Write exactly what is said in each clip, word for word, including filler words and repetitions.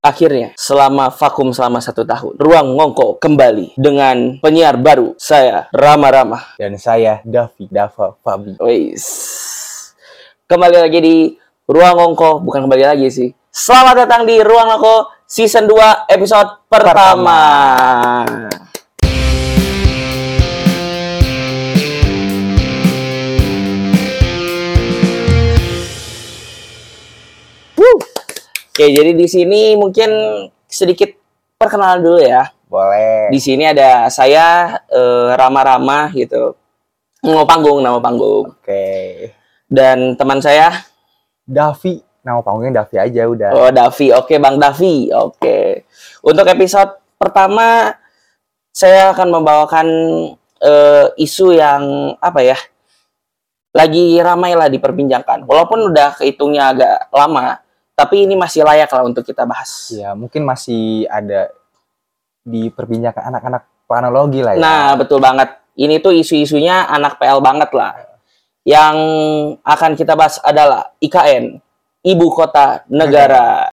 Akhirnya, selama vakum selama satu tahun, Ruang Ngongko kembali dengan penyiar baru. Saya, Rama Rama. Dan saya, Davi, Dava, Fabi. Wais. Kembali lagi di Ruang Ngongko. Bukan kembali lagi sih. Selamat datang di Ruang Ngongko Season dua episode pertama. pertama. Oke, jadi di sini mungkin sedikit perkenalan dulu ya. Boleh. Di sini ada saya eh, Rama-Rama gitu. Nama panggung, nama panggung. Oke. Dan teman saya Davi. Nama panggungnya Davi aja udah. Oh, Davi. Oke, Bang Davi. Oke. Untuk episode pertama saya akan membawakan eh, isu yang apa ya? Lagi ramai lah diperbincangkan. Walaupun udah kehitungnya agak lama, tapi ini masih layak lah untuk kita bahas. Ya, mungkin masih ada diperbincangkan anak-anak planologi lah ya. Nah, betul banget. Ini tuh isu-isunya anak P L banget lah. Yang akan kita bahas adalah I K N, Ibu Kota Negara.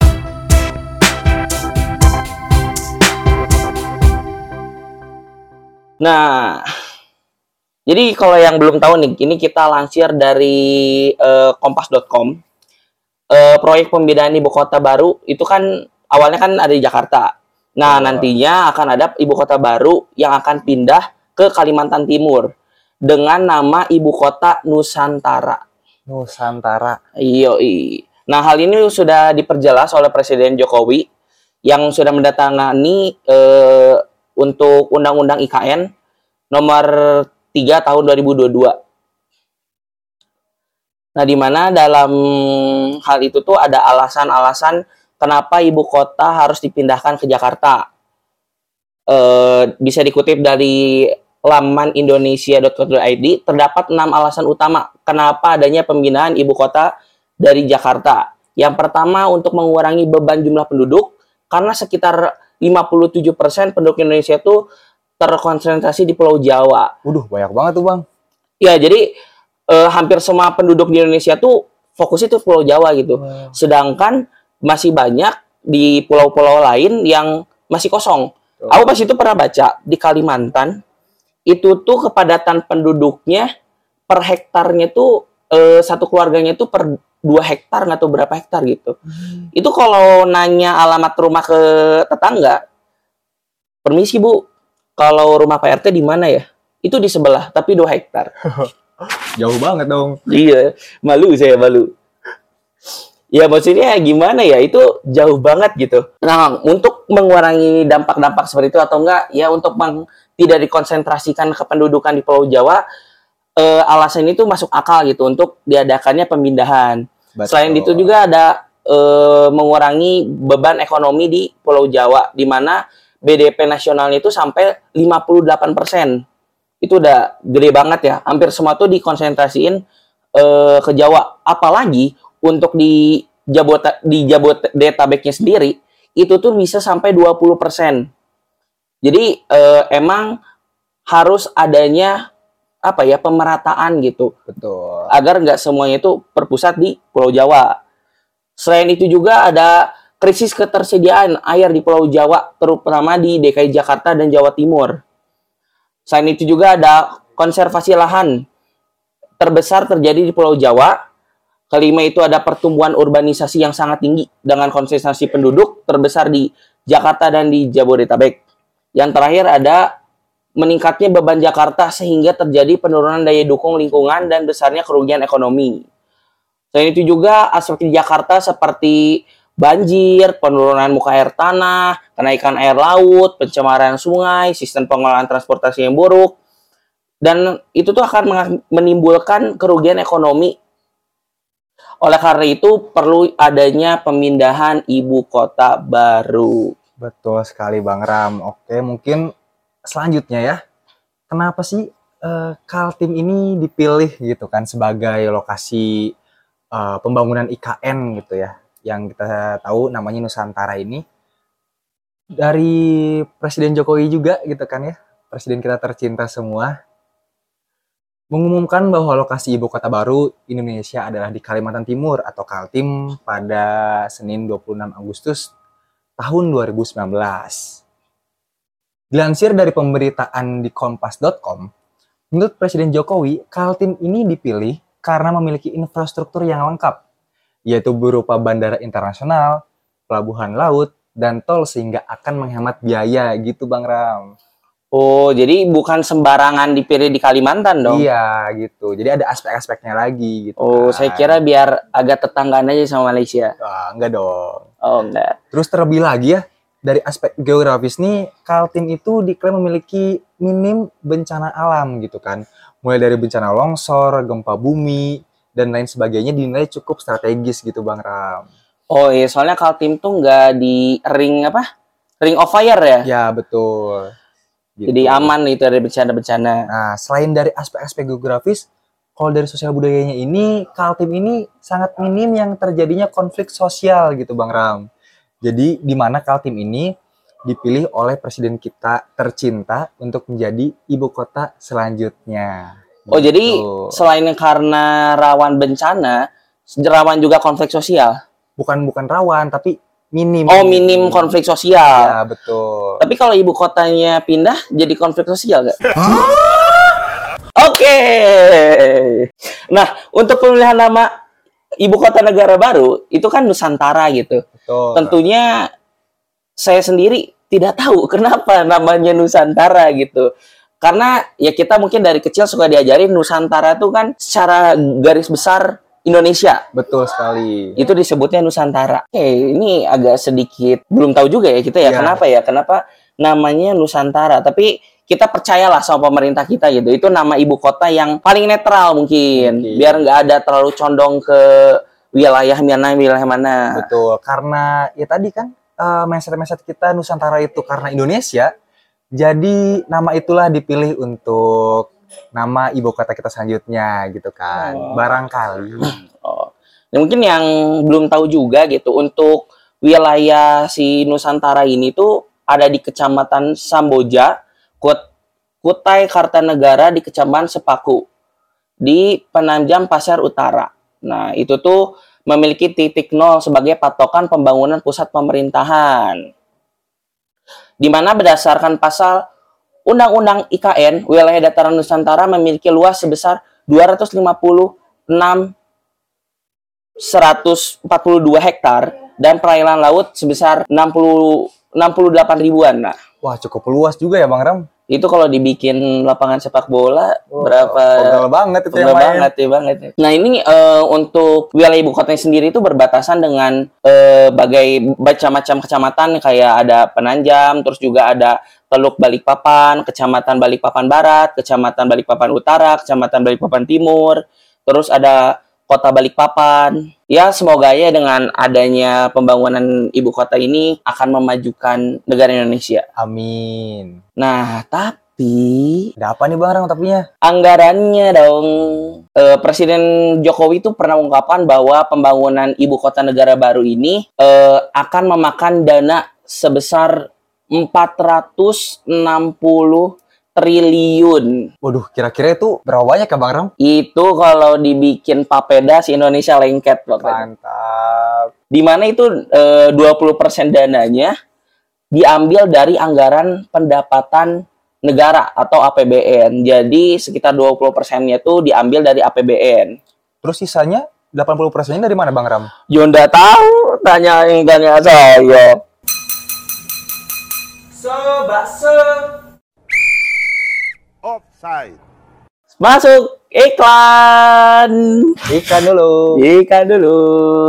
Nah, jadi kalau yang belum tahu nih, ini kita lansir dari uh, kompas dot com. Uh, proyek pemindahan ibu kota baru itu kan awalnya kan ada di Jakarta. Nah, oh. nantinya akan ada ibu kota baru yang akan pindah ke Kalimantan Timur dengan nama ibu kota Nusantara. Nusantara. Yoi. Nah, hal ini sudah diperjelas oleh Presiden Jokowi yang sudah mendatangani uh, untuk Undang-Undang I K N nomor tiga tahun dua ribu dua puluh dua. Nah, di mana dalam hal itu tuh ada alasan-alasan kenapa ibu kota harus dipindahkan ke Jakarta. E, bisa dikutip dari laman indonesia dot co dot i d, terdapat enam alasan utama kenapa adanya pemindahan ibu kota dari Jakarta. Yang pertama, untuk mengurangi beban jumlah penduduk, karena sekitar lima puluh tujuh persen penduduk Indonesia itu terkonsentrasi di Pulau Jawa. Waduh, banyak banget tuh, Bang. Ya, jadi Uh, hampir semua penduduk di Indonesia tuh fokusnya tuh Pulau Jawa gitu. Wow. Sedangkan masih banyak di pulau-pulau lain yang masih kosong. Oh. Aku pas itu pernah baca di Kalimantan itu tuh kepadatan penduduknya per hektarnya tuh uh, satu keluarganya tuh per dua hektar nggak tahu berapa hektar gitu. Hmm. Itu kalau nanya alamat rumah ke tetangga, permisi Bu, kalau rumah Pak R T di mana ya? Itu di sebelah, tapi dua hektar. Jauh banget dong. Iya, malu saya malu. Ya maksudnya gimana ya, itu jauh banget gitu. Nah, untuk mengurangi dampak-dampak seperti itu atau enggak, ya untuk meng, tidak dikonsentrasikan kependudukan di Pulau Jawa, eh, alasan itu masuk akal gitu untuk diadakannya pemindahan. Betul. Selain itu juga ada eh, mengurangi beban ekonomi di Pulau Jawa, di mana B D P nasionalnya itu sampai lima puluh delapan persen. Itu udah gede banget ya. Hampir semua tuh dikonsentrasiin uh, ke Jawa. Apalagi untuk di Jabota, di Jabodetabeknya sendiri, itu tuh bisa sampai dua puluh persen. Jadi uh, emang harus adanya apa ya, pemerataan gitu. Betul. Agar nggak semuanya itu terpusat di Pulau Jawa. Selain itu juga ada krisis ketersediaan air di Pulau Jawa, terutama di D K I Jakarta dan Jawa Timur. Selain itu juga ada konservasi lahan terbesar terjadi di Pulau Jawa. Kelima itu ada pertumbuhan urbanisasi yang sangat tinggi dengan konsentrasi penduduk terbesar di Jakarta dan di Jabodetabek. Yang terakhir ada meningkatnya beban Jakarta sehingga terjadi penurunan daya dukung lingkungan dan besarnya kerugian ekonomi. Selain itu juga aspek di Jakarta seperti banjir, penurunan muka air tanah, kenaikan air laut, pencemaran sungai, sistem pengelolaan transportasi yang buruk, dan itu tuh akan menimbulkan kerugian ekonomi. Oleh karena itu perlu adanya pemindahan ibu kota baru. Betul sekali Bang Ram. Oke, mungkin selanjutnya ya, kenapa sih uh, Kaltim ini dipilih gitu kan sebagai lokasi uh, pembangunan I K N gitu ya? Yang kita tahu namanya Nusantara ini dari Presiden Jokowi juga gitu kan ya, Presiden kita tercinta semua, mengumumkan bahwa lokasi ibu kota baru Indonesia adalah di Kalimantan Timur atau Kaltim pada Senin dua puluh enam Agustus tahun dua ribu sembilan belas. Dilansir dari pemberitaan di kompas titik com, menurut Presiden Jokowi, Kaltim ini dipilih karena memiliki infrastruktur yang lengkap, yaitu berupa bandara internasional, pelabuhan laut, dan tol sehingga akan menghemat biaya gitu Bang Ram. Oh, jadi bukan sembarangan dipilih di Kalimantan dong? Iya gitu, jadi ada aspek-aspeknya lagi gitu. Oh, kan. saya kira biar agak tetanggaan aja sama Malaysia. Wah, enggak dong. Oh, enggak. Terus terlebih lagi ya, dari aspek geografis nih, Kaltim itu diklaim memiliki minim bencana alam gitu kan. Mulai dari bencana longsor, gempa bumi, dan lain sebagainya dinilai cukup strategis gitu Bang Ram. Oh iya, soalnya Kaltim tuh nggak di ring apa? Ring of fire ya? Ya, betul. Gitu. Jadi aman itu dari bencana-bencana. Nah, selain dari aspek-aspek geografis, kalau dari sosial budayanya ini, Kaltim ini sangat minim yang terjadinya konflik sosial gitu Bang Ram. Jadi, di mana Kaltim ini dipilih oleh presiden kita tercinta untuk menjadi ibu kota selanjutnya. Oh, gitu. jadi selain karena rawan bencana, rawan juga konflik sosial? Bukan bukan rawan, tapi minim. Oh, minim konflik sosial. Ya, betul. Tapi kalau ibu kotanya pindah, jadi konflik sosial nggak? Oke. Nah, untuk pemilihan nama ibu kota negara baru, itu kan Nusantara gitu. Betul. Tentunya saya sendiri tidak tahu kenapa namanya Nusantara gitu. Karena ya kita mungkin dari kecil suka diajarin Nusantara itu kan secara garis besar Indonesia. Betul sekali. Itu disebutnya Nusantara. Oke, ini agak sedikit belum tahu juga ya kita ya, Ya. kenapa ya? Kenapa namanya Nusantara? Tapi kita percayalah sama pemerintah kita gitu. Itu nama ibu kota yang paling netral mungkin, Mungkin. biar nggak ada terlalu condong ke wilayah mana wilayah mana. Betul. Karena ya tadi kan uh, mindset-mindset kita Nusantara itu karena Indonesia. Jadi nama itulah dipilih untuk nama ibu kota kita selanjutnya gitu kan. Oh. Barangkali. Oh. Nah, mungkin yang belum tahu juga gitu, untuk wilayah si Nusantara ini tuh ada di Kecamatan Samboja, Kut Kutai Kartanegara di Kecamatan Sepaku, di Penanjam Pasir Utara. Nah, itu tuh memiliki titik nol sebagai patokan pembangunan pusat pemerintahan. Di mana berdasarkan pasal Undang-Undang I K N, wilayah dataran Nusantara memiliki luas sebesar dua ratus lima puluh enam ribu seratus empat puluh dua hektar dan perairan laut sebesar enam puluh enam puluh delapan ribuan. Nah, Wah, cukup luas juga ya Bang Ram. itu kalau dibikin lapangan sepak bola Oh, berapa Pegel banget itu yang Pegel main. banget ya banget. Nah, ini eh, untuk wilayah ibu kotanya sendiri itu berbatasan dengan eh, bagai macam-macam kecamatan, kayak ada Penanjam, terus juga ada Teluk Balikpapan, Kecamatan Balikpapan Barat, Kecamatan Balikpapan Utara, Kecamatan Balikpapan Timur, terus ada Kota Balikpapan. Ya, semoga ya dengan adanya pembangunan ibu kota ini akan memajukan negara Indonesia. Amin. Nah, tapi Ada apa nih Bang Ram tapinya? anggarannya dong. Eh, Presiden Jokowi itu pernah mengungkapkan bahwa pembangunan ibu kota negara baru ini eh, akan memakan dana sebesar empat ratus enam puluh triliun. Waduh, kira-kira itu berapa banyak ya Bang Ram? Itu kalau dibikin papeda si Indonesia lengket pokoknya. Mantap. Di mana itu eh, dua puluh persen dananya diambil dari anggaran pendapatan negara atau A P B N. Jadi sekitar dua puluh persennya itu diambil dari A P B N. Terus sisanya delapan puluh persennya dari mana Bang Ram? Yonda tahu, tanya yang tanya saya. So, bakso. Offside. Masuk iklan. Ikan dulu. Iklan dulu.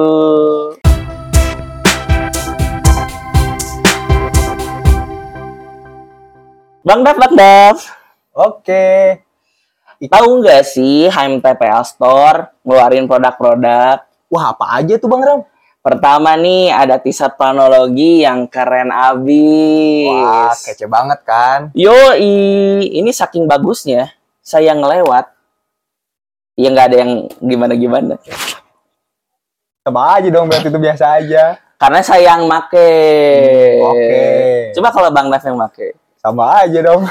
Bang Daf, Bang Daf. Oke. Tahu nggak sih H M T P L Store ngeluarin produk-produk? Wah, apa aja tuh Bang Ram? Pertama nih ada t-shirt planologi yang keren abis. Wah, kece banget kan? Yoi, ini saking bagusnya saya ngelewat. Ya nggak ada yang gimana-gimana. Sama aja dong, berarti itu biasa aja. Karena saya yang make. Hmm, oke. Coba kalau Bang Daf yang make. Sama aja dong.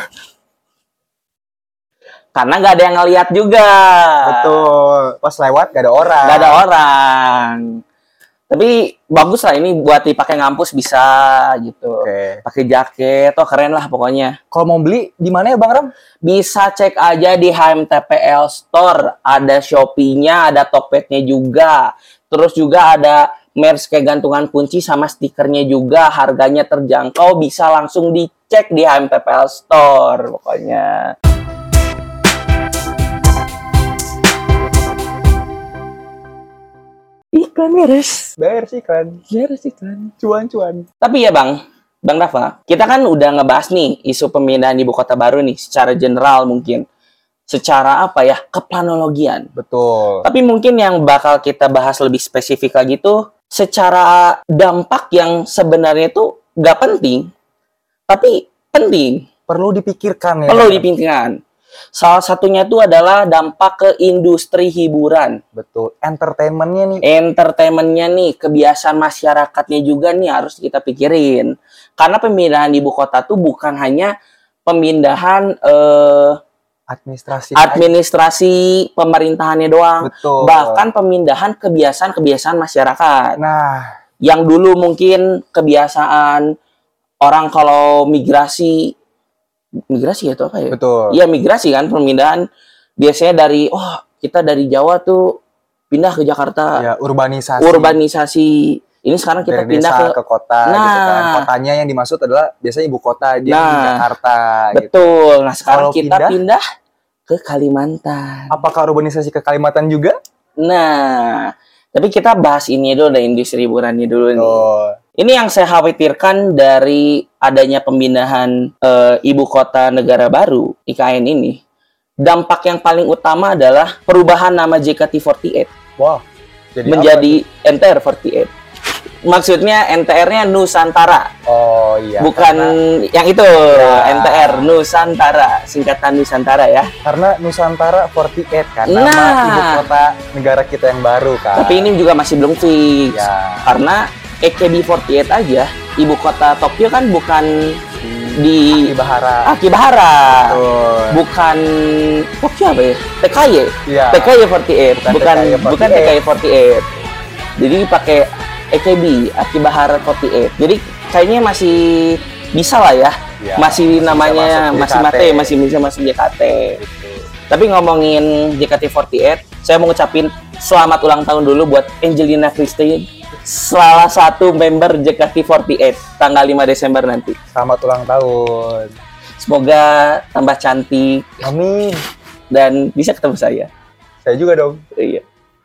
Karena nggak ada yang ngeliat juga. Betul. Pas lewat gak ada orang. Nggak ada orang. Tapi bagus lah ini buat dipakai ngampus bisa gitu. Oke. Pakai jaket, oh keren lah pokoknya. Kalau mau beli di mana ya Bang Ram? Bisa cek aja di H M T P L Store, ada Shopee-nya, ada Tokped-nya juga. Terus juga ada merch kayak gantungan kunci sama stikernya juga, harganya terjangkau, bisa langsung dicek di H M T P L Store pokoknya. Iklan beres. Beres iklan. Beres iklan. Cuan-cuan. Tapi ya Bang, Bang Rafa, kita kan udah ngebahas nih isu pemindahan ibu kota baru nih secara general mungkin. Secara apa ya, keplanologian. Betul. Tapi mungkin yang bakal kita bahas lebih spesifik lagi tuh secara dampak yang sebenarnya itu nggak penting, tapi penting. Perlu dipikirkan ya. Perlu dipikirkan. Salah satunya itu adalah dampak ke industri hiburan. Betul. Entertainment-nya nih. Entertainment-nya nih, kebiasaan masyarakatnya juga nih harus kita pikirin. Karena pemindahan ibu kota tuh bukan hanya pemindahan eh, administrasi administrasi pemerintahannya doang. Betul. Bahkan pemindahan kebiasaan-kebiasaan masyarakat. Nah, Yang dulu mungkin kebiasaan orang kalau migrasi migrasi itu apa ya? betul. Iya migrasi kan, pemindahan biasanya dari oh kita dari Jawa tuh pindah ke Jakarta. Ya, urbanisasi. Urbanisasi. Ini sekarang kita Dari pindah desa ke, ke kota Nah. gitu kan. Kotanya yang dimaksud adalah biasanya ibu kota dia Nah. di Jakarta gitu. betul. Nah, sekarang Kalau kita pindah- pindah ke Kalimantan. Apakah urbanisasi ke Kalimantan juga? Nah, tapi kita bahas ini dulu dari industri hiburannya dulu nih. Betul. Ini yang saya khawatirkan dari adanya pemindahan eh, ibu kota negara baru I K N ini. Dampak yang paling utama adalah perubahan nama J K T empat delapan Wah. Jadi menjadi N T R empat delapan. Maksudnya N T R-nya Nusantara, apa? Oh iya. bukan Karena, yang itu Ya. N T R Nusantara, singkatan Nusantara ya. karena Nusantara empat delapan kan nama Nah. ibu kota negara kita yang baru kan. Tapi ini juga masih belum fix. ya. Karena A K B empat delapan aja, ibu kota Tokyo kan bukan di Akibahara. Akibahara. Betul. Bukan Tokyo apa ya? T K Y. Iya. T K Y empat delapan, Bukan bukan T K Y empat bukan T delapan. K Y empat delapan. Jadi pakai A K B, Akibahara empat delapan. Jadi kayaknya masih bisa lah ya. Ya, masih masih namanya bisa masuk masih J K T. mate, masih bisa masuk J K T. Gitu. Tapi ngomongin J K T empat delapan, saya mau ngucapin selamat ulang tahun dulu buat Angelina Christine, salah satu member J K T empat delapan, tanggal lima Desember nanti. Selamat ulang tahun. Semoga tambah cantik Amin. dan bisa ketemu saya. Saya juga dong. Iya.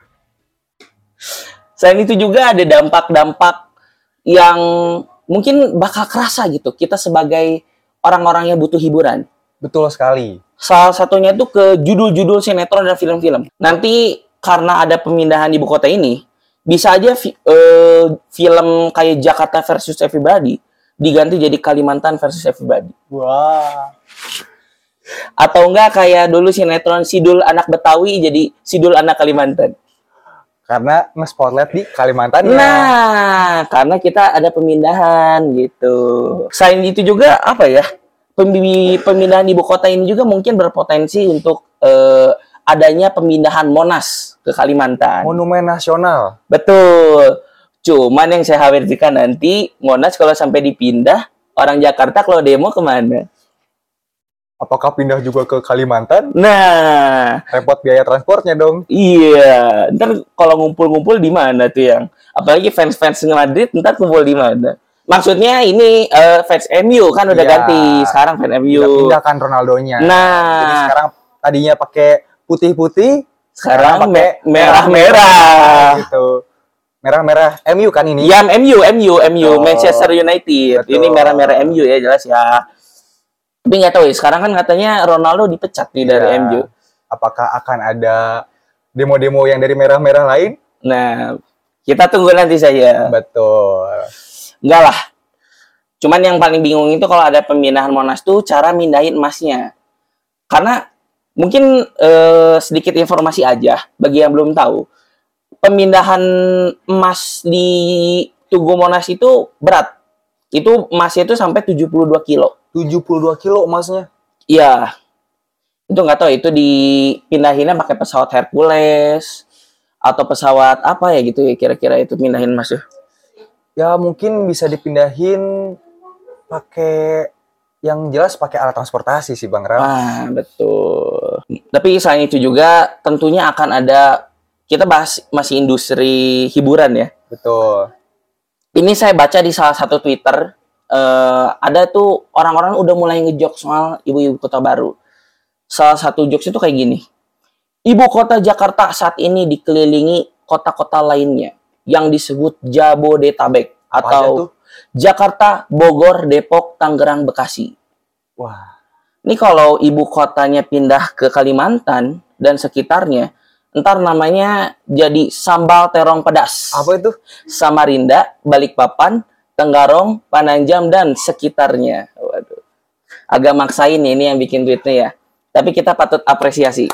Selain itu juga ada dampak-dampak yang mungkin bakal kerasa gitu. Kita sebagai orang-orang yang butuh hiburan. Betul sekali. Salah satunya itu ke judul-judul sinetron dan film-film. Nanti karena ada pemindahan ibu kota ini, bisa aja fi- eh, film kayak Jakarta versus Everybody diganti jadi Kalimantan versus Everybody. Wah. Atau enggak kayak dulu sinetron Sidul Anak Betawi jadi Sidul Anak Kalimantan. Karena nge-spotlight di Kalimantan. Nah, karena kita ada pemindahan gitu. Selain itu juga apa ya? Pembi- Pemindahan ibu kota ini juga mungkin berpotensi untuk eh, adanya pemindahan Monas ke Kalimantan. Monumen nasional. Betul. Cuman yang saya khawatirkan nanti Monas kalau sampai dipindah, orang Jakarta kalau demo kemana? Apakah pindah juga ke Kalimantan? Nah, Repot biaya transportnya dong. iya. Ntar kalau ngumpul-ngumpul di mana tuh yang? Apalagi fans-fans Madrid ntar kumpul di mana? Maksudnya ini eh, fans M U kan udah Iya. ganti. Sekarang fans M U. Udah pindah kan Ronaldonya. Nah. Jadi sekarang tadinya pakai putih-putih, Sekarang pakai me- merah-merah. Gitu. Merah-merah M U kan ini? Ya M U, M U, M U, Oh, Manchester United. betul. Ini merah-merah M U ya jelas ya. Tapi nggak tahu ya, sekarang kan katanya Ronaldo dipecat nih dari Ya. M U. Apakah akan ada demo-demo yang dari merah-merah lain? Nah, kita tunggu nanti saya. Betul. Enggak lah. Cuman yang paling bingung itu kalau ada pemindahan Monas tuh cara mindahin emasnya. Karena mungkin eh, sedikit informasi aja bagi yang belum tahu. Pemindahan emas di Tugu Monas itu berat. Itu emasnya itu sampai tujuh puluh dua kilo. tujuh puluh dua kilo emasnya. Iya. Itu nggak tahu itu dipindahinnya pakai pesawat Hercules atau pesawat apa ya gitu ya kira-kira itu pindahin Mas? Ya mungkin bisa dipindahin pakai yang jelas pakai alat transportasi sih Bang Ram. Ah, betul. Tapi selain itu juga tentunya akan ada, kita bahas masih industri hiburan ya. Betul. Ini saya baca di salah satu Twitter, uh, ada tuh orang-orang udah mulai ngejok soal ibu-ibu kota baru. Salah satu jokes itu kayak gini. Ibu kota Jakarta saat ini dikelilingi kota-kota lainnya yang disebut Jabodetabek atau Jakarta, Bogor, Depok, Tangerang, Bekasi. Wah. Ini kalau ibu kotanya pindah ke Kalimantan dan sekitarnya, ntar namanya jadi Sambal Terong Pedas. Apa itu? Samarinda, Balikpapan, Tenggarong, Pananjam, dan sekitarnya. Waduh. Agak maksain ya ini yang bikin tweetnya ya. Tapi kita patut apresiasi.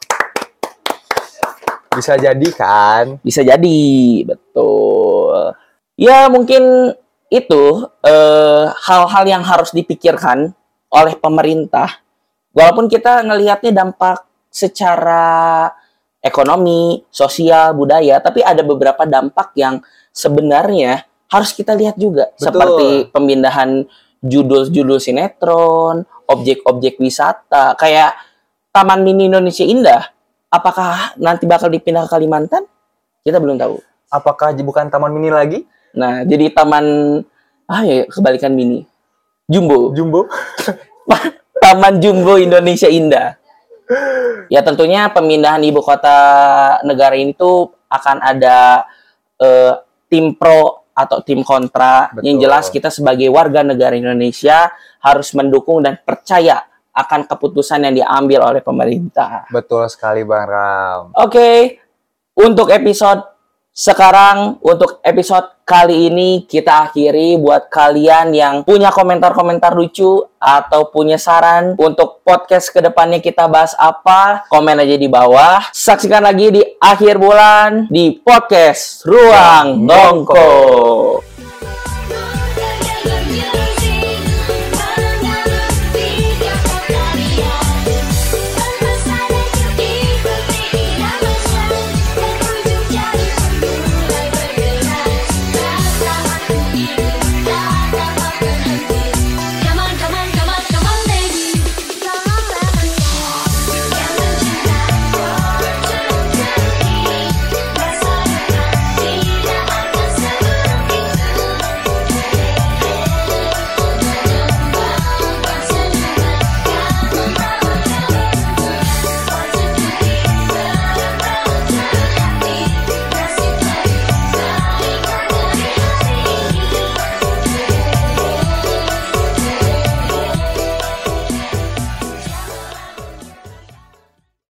Bisa jadi kan? Bisa jadi, betul. Ya mungkin itu eh, hal-hal yang harus dipikirkan oleh pemerintah. Walaupun kita ngelihatnya dampak secara ekonomi, sosial, budaya, tapi ada beberapa dampak yang sebenarnya harus kita lihat juga. Betul. Seperti pemindahan judul-judul sinetron, objek-objek wisata, kayak Taman Mini Indonesia Indah. Apakah nanti bakal dipindah ke Kalimantan? Kita belum tahu. Apakah bukan taman mini lagi? Nah, jadi taman, ah ya kebalikan mini. Jumbo. Jumbo. Taman Jumbo Indonesia Indah. Ya tentunya pemindahan ibu kota negara ini tuh akan ada eh, tim pro atau tim kontra. Betul. Yang jelas kita sebagai warga negara Indonesia harus mendukung dan percaya akan keputusan yang diambil oleh pemerintah. Betul sekali Bang Ram. Oke, okay. Untuk episode sekarang, untuk episode kali ini kita akhiri. Buat kalian yang punya komentar-komentar lucu atau punya saran untuk podcast kedepannya kita bahas apa, komen aja di bawah. Saksikan lagi di akhir bulan di podcast Ruang Nongko.